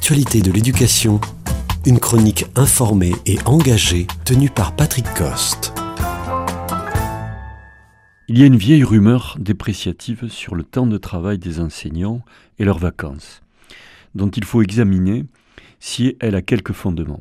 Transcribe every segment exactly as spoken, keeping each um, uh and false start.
L'actualité de l'éducation, une chronique informée et engagée tenue par Patrick Coste. Il y a une vieille rumeur dépréciative sur le temps de travail des enseignants et leurs vacances, dont il faut examiner si elle a quelques fondements.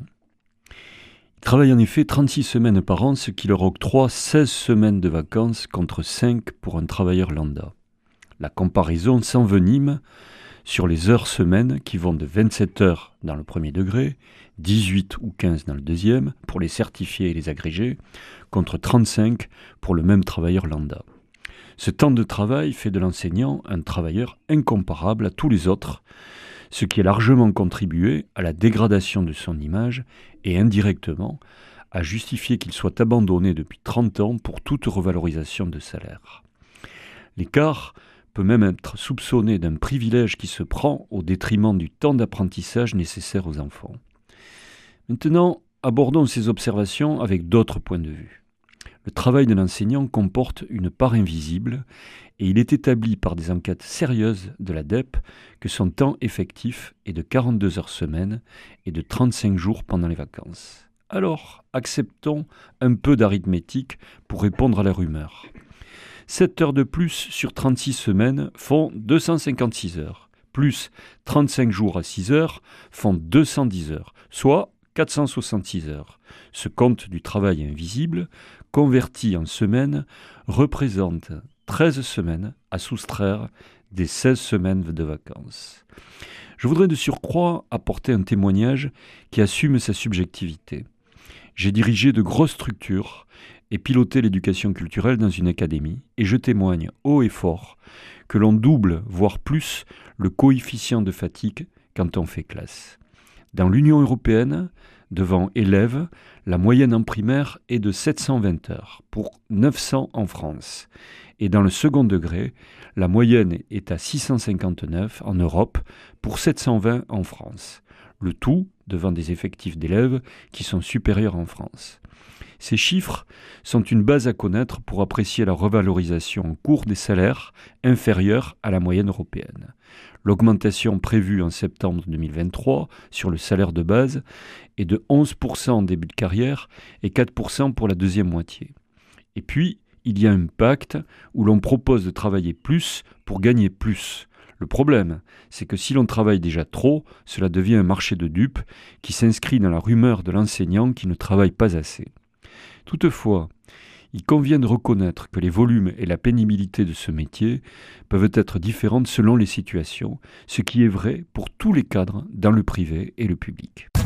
Ils travaillent en effet trente-six semaines par an, ce qui leur octroie seize semaines de vacances contre cinq pour un travailleur lambda. La comparaison s'envenime sur les heures semaines qui vont de vingt-sept heures dans le premier degré, dix-huit ou quinze dans le deuxième, pour les certifiés et les agrégés, contre trente-cinq pour le même travailleur lambda. Ce temps de travail fait de l'enseignant un travailleur incomparable à tous les autres, ce qui a largement contribué à la dégradation de son image et indirectement à justifier qu'il soit abandonné depuis trente ans pour toute revalorisation de salaire. L'écart peut même être soupçonné d'un privilège qui se prend au détriment du temps d'apprentissage nécessaire aux enfants. Maintenant, abordons ces observations avec d'autres points de vue. Le travail de l'enseignant comporte une part invisible et il est établi par des enquêtes sérieuses de l'A D E P que son temps effectif est de quarante-deux heures semaine et de trente-cinq jours pendant les vacances. Alors, acceptons un peu d'arithmétique pour répondre à la rumeur. sept heures de plus sur trente-six semaines font deux cent cinquante-six heures, plus trente-cinq jours à six heures font deux cent dix heures, soit quatre cent soixante-six heures. Ce compte du travail invisible, converti en semaines, représente treize semaines à soustraire des seize semaines de vacances. Je voudrais de surcroît apporter un témoignage qui assume sa subjectivité. J'ai dirigé de grosses structures et piloté l'éducation culturelle dans une académie, et je témoigne haut et fort que l'on double, voire plus, le coefficient de fatigue quand on fait classe. Dans l'Union européenne, devant élèves, la moyenne en primaire est de sept cent vingt heures, pour neuf cents en France. Et dans le second degré, la moyenne est à six cent cinquante-neuf en Europe, pour sept cent vingt en France. Le tout devant des effectifs d'élèves qui sont supérieurs en France. Ces chiffres sont une base à connaître pour apprécier la revalorisation en cours des salaires inférieurs à la moyenne européenne. L'augmentation prévue en septembre deux mille vingt-trois sur le salaire de base est de onze pour cent en début de carrière et quatre pour cent pour la deuxième moitié. Et puis, il y a un pacte où l'on propose de travailler plus pour gagner plus. Le problème, c'est que si l'on travaille déjà trop, cela devient un marché de dupes qui s'inscrit dans la rumeur de l'enseignant qui ne travaille pas assez. Toutefois, il convient de reconnaître que les volumes et la pénibilité de ce métier peuvent être différentes selon les situations, ce qui est vrai pour tous les cadres dans le privé et le public.